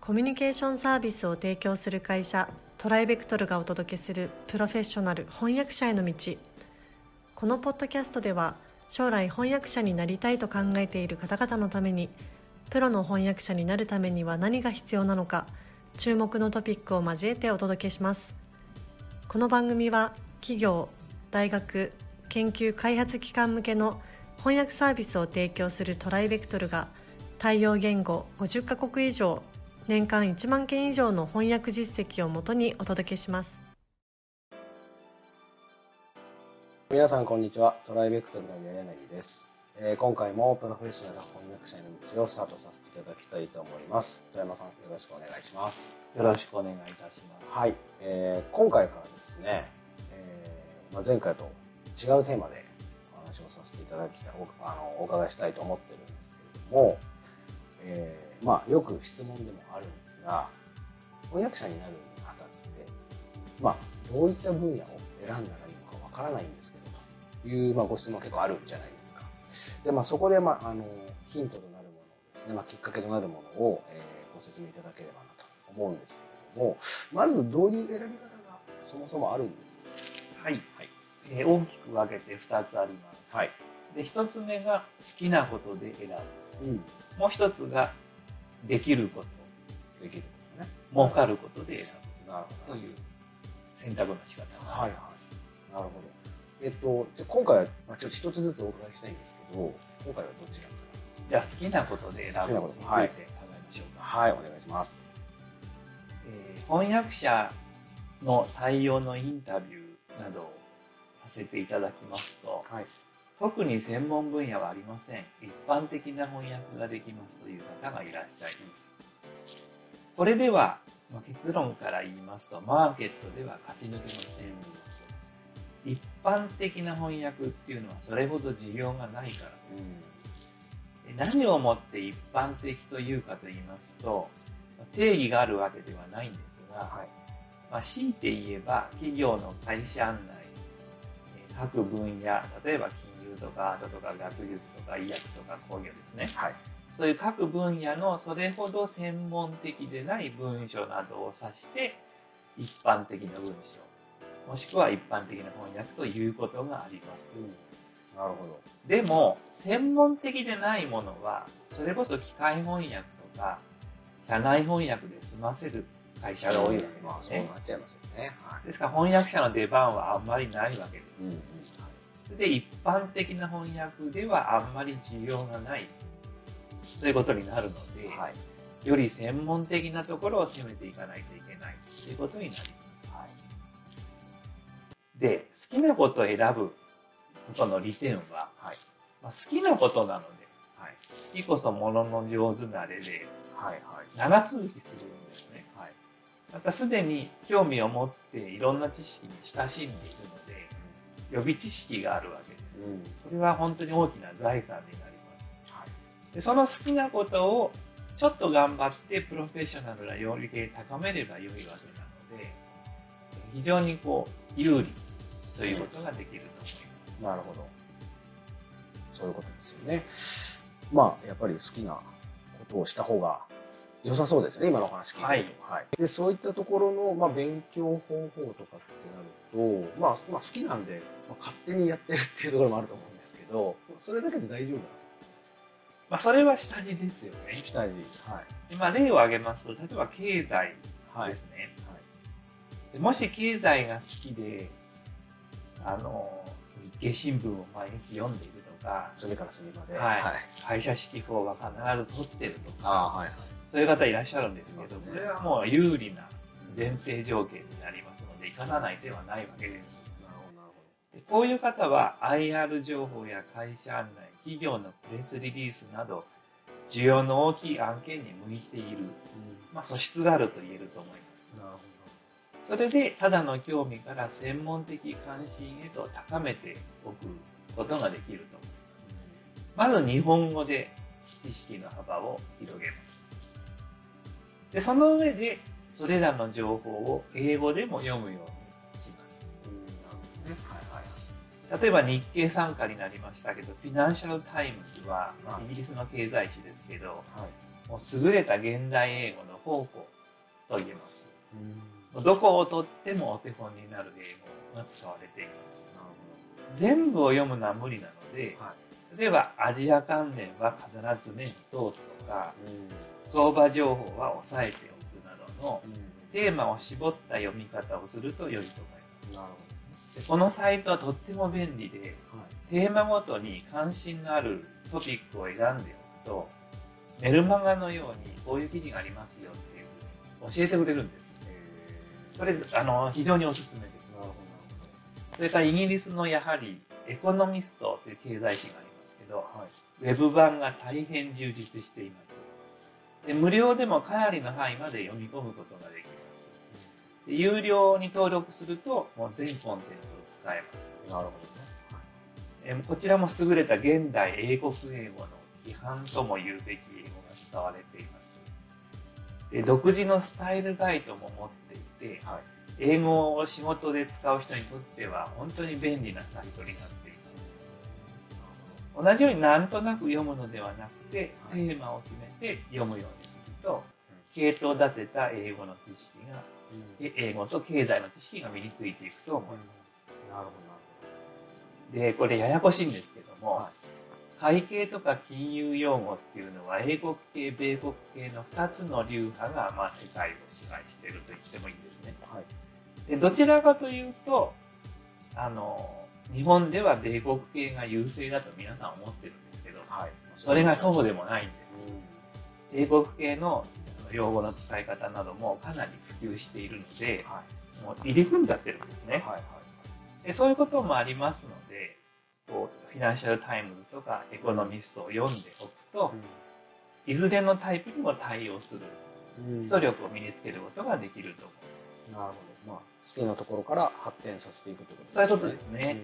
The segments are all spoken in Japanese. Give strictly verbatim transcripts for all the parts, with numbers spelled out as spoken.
コミュニケーションサービスを提供する会社トライベクトルがお届けするプロフェッショナル翻訳者への道。このポッドキャストでは将来翻訳者になりたいと考えている方々のために、プロの翻訳者になるためには何が必要なのか、注目のトピックを交えてお届けします。この番組は企業、大学、研究開発機関向けの翻訳サービスを提供するトライベクトルが対応言語ごじゅっカ国以上、年間いちまんけん以上の翻訳実績をもとにお届けします。 皆さんこんにちは。トライベクトルの宮柳です。えー、今回もプロフェッショナル翻訳者への道をスタートさせていただきたいと思います。富山さん、よろしくお願いします。 よろしくお願いいたします。 はい、えー、今回からですね、えーまあ、前回と違うテーマでお話をさせていただきたい、お、あのお伺いしたいと思ってるんですけれども、えーまあ、よく質問でもあるんですが、翻訳者になるにあたって、まあ、どういった分野を選んだらいいのかわからないんですけどという、まあ、ご質問結構あるんじゃないですか。で、まあ、そこで、まあ、あのヒントとなるものをですね、まあ、きっかけとなるものを、えー、ご説明いただければなと思うんですけれども、まずどういう選び方がそもそもあるんですか？ はい、はいえー、大きく分けてふたつあります。はい、でひとつめが好きなことで選ぶ、うん、もうひとつができること、 できることね、 儲かることで選ぶ、 なるほど、 という選択の仕方があります。 はいはい、なるほど。えっとじゃ今回はちょっと一つずつお伺いしたいんですけど、今回はどちらから？ じゃあ好きなことで選ぶについて考えましょうか。 はい、はい、お願いします。 えー、翻訳者の採用のインタビューなどをさせていただきますと、はい、特に専門分野はありません。一般的な翻訳ができますという方がいらっしゃいます。これでは、まあ、結論から言いますと、マーケットでは勝ち抜けません。一般的な翻訳っていうのはそれほど需要がないからです。うん、何をもって一般的というかと言いますと、定義があるわけではないんですが、はい、まあ、強いて言えば企業の会社案内、各分野、例えば金融とかアートとか学術とか医薬とか工業ですね、はい、そういう各分野のそれほど専門的でない文書などを指して一般的な文章、もしくは一般的な翻訳ということがあります。うん、 なるほど。 でも専門的でないものはそれこそ機械翻訳とか社内翻訳で済ませる会社が多いわけですね。 まあ、そうなっちゃいますよね。はい、 ですから翻訳者の出番はあんまりないわけです。うんうん、はい、で一般的な翻訳ではあんまり需要がないということになるので、はい、より専門的なところを攻めていかないといけないということになります。はい、で好きなことを選ぶことの利点は、はい、まあ、好きなことなので、はい、好きこそものの上手なれで、はいはい、長続きするんですね。はい、またすでに興味を持っていろんな知識に親しんでいるので、予備知識があるわけです。うん、これは本当に大きな財産になります。はい、でその好きなことをちょっと頑張ってプロフェッショナルな領域で高めれば良いわけなので、非常にこう有利ということができると思います。 なるほど。そういうことですよね。まあやっぱり好きなことをした方が良さそうですね、今のお話聞いてると。はいはい、でそういったところの、まあ、勉強方法とかってなると、まあ、まあ好きなんで、まあ、勝手にやってるっていうところもあると思うんですけど、それだけで大丈夫なんですか？ まあそれは下地ですよね。 下地。はい。 でまあ、例を挙げますと、例えば経済ですね。はいはい、でもし経済が好きで、あの日経新聞を毎日読んでいるとか、 隅から隅まで、 はいはい、会社指揮法は必ず取ってるとか、 あ、はいはい、 そういう方いらっしゃるんですけど、これはもう有利な前提条件になりますので、生かさない手はないわけです。なるほどなるほど。でこういう方は アイアール 情報や会社案内、企業のプレスリリースなど需要の大きい案件に向いている、うん、まあ素質があると言えると思います。なるほど。それでただの興味から専門的関心へと高めておくことができると思います。まず日本語で知識の幅を広げます。でその上でそれらの情報を英語でも読むようにします。 例えば日経傘下になりましたけど、フィナンシャルタイムズはイギリスの経済誌ですけど、はい、もう優れた現代英語の宝庫と言えます。うん、どこをとってもお手本になる英語が使われています。なるほど。全部を読むのは無理なので、はい、例えばアジア関連は必ず目に通すとか、うん、相場情報は押さえておくなどの、うん、テーマを絞った読み方をすると良いと思います。なるほど。このサイトはとっても便利で、はい、テーマごとに関心のあるトピックを選んでおくと、メルマガのようにこういう記事がありますよっていうふうに教えてくれるんです。これあの非常におすすめです。なるほど。それからイギリスのやはりエコノミストという経済誌がありますけど、はい、ウェブ版が大変充実しています。で無料でもかなりの範囲まで読み込むことができます。有料に登録するともう全コンテンツを使えます。なるほどね。えこちらも優れた現代英国英語の規範とも言うべき英語が使われています。で独自のスタイルガイドも持っていて、はい、英語を仕事で使う人にとっては本当に便利なサイトになっています。同じようになんとなく読むのではなくて、はい、テーマを決めて読むようにすると、系統立てた英語の知識がうん、英語と経済の知識が身についていくと思います。うん、なるほど。で、これややこしいんですけども、はい、会計とか金融用語っていうのは英国系、米国系のふたつの流派がまあ世界を支配していると言ってもいいんですね。はい、でどちらかというとあの日本では米国系が優勢だと皆さん思ってるんですけど、はい、それがそうでもないんです。うん、英国系の用語の使い方などもかなり普及しているので、はい、もう入り組んじゃってるんですね。はいはい、でそういうこともありますので、こうフィナンシャルタイムズとかエコノミストを読んでおくと、うん、いずれのタイプにも対応する基礎力を身につけることができると思います。なるほど。まあ、好きなところから発展させていくということですね。そういうことですね。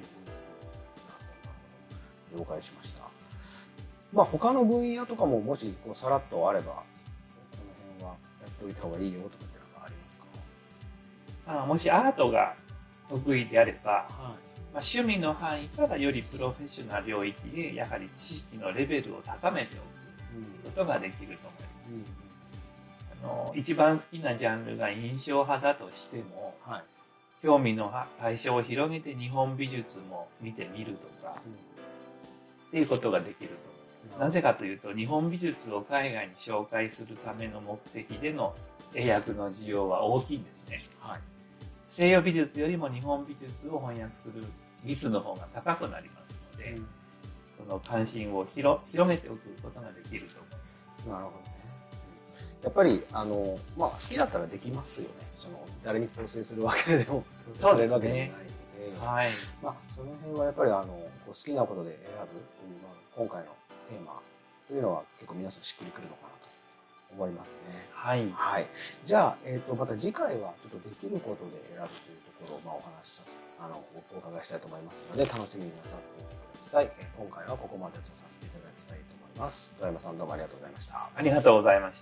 うん、了解しました。まあ、他の分野とかももしこうさらっとあれば、やっておいた方がいいよとかってのがありますか？あもしアートが得意であれば、はい、まあ、趣味の範囲からよりプロフェッショナル領域でやはり知識のレベルを高めておくことができると思います。うんうん、あの一番好きなジャンルが印象派だとしても、はい、興味の対象を広げて日本美術も見てみるとか、うん、っていうことができると思います。なぜかというと日本美術を海外に紹介するための目的での英訳の需要は大きいんですね。はい、西洋美術よりも日本美術を翻訳する率の方が高くなりますので、うん、その関心を 広, 広めておくことができると思います。なるほどね。やっぱりあの、まあ、好きだったらできますよね。その誰に強制するわけでもされるわけでもないので、はい、まあ、その辺はやっぱりあのこう好きなことで選ぶという、まあ、今回のテーマというのは結構皆さんしっくりくるのかなと思いますね。はい。はい。じゃあ、えっと、また次回はちょっとできることで選ぶというところを、まあ、お話しさせて、あの、お伺いしたいと思いますので、楽しみになさっていてください。え今回はここまでとさせていただきたいと思います。戸山さん、どうもありがとうございました。ありがとうございました。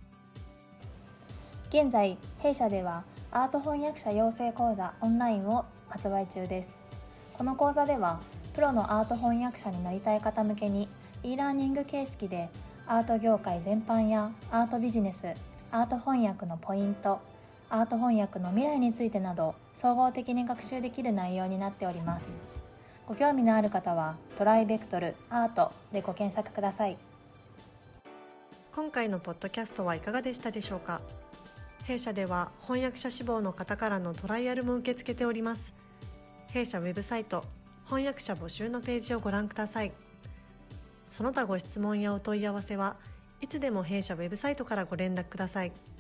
現在、弊社ではアート翻訳者養成講座オンラインを発売中です。この講座では、プロのアート翻訳者になりたい方向けに、e ラーニング形式でアート業界全般やアートビジネス、アート翻訳のポイント、アート翻訳の未来についてなど総合的に学習できる内容になっております。ご興味のある方はトライベクトルアートでご検索ください。 今回のポッドキャストはいかがでしたでしょうか？弊社では翻訳者志望の方からのトライアルも受け付けております。弊社ウェブサイト翻訳者募集のページをご覧ください。その他ご質問やお問い合わせはいつでも弊社ウェブサイトからご連絡ください。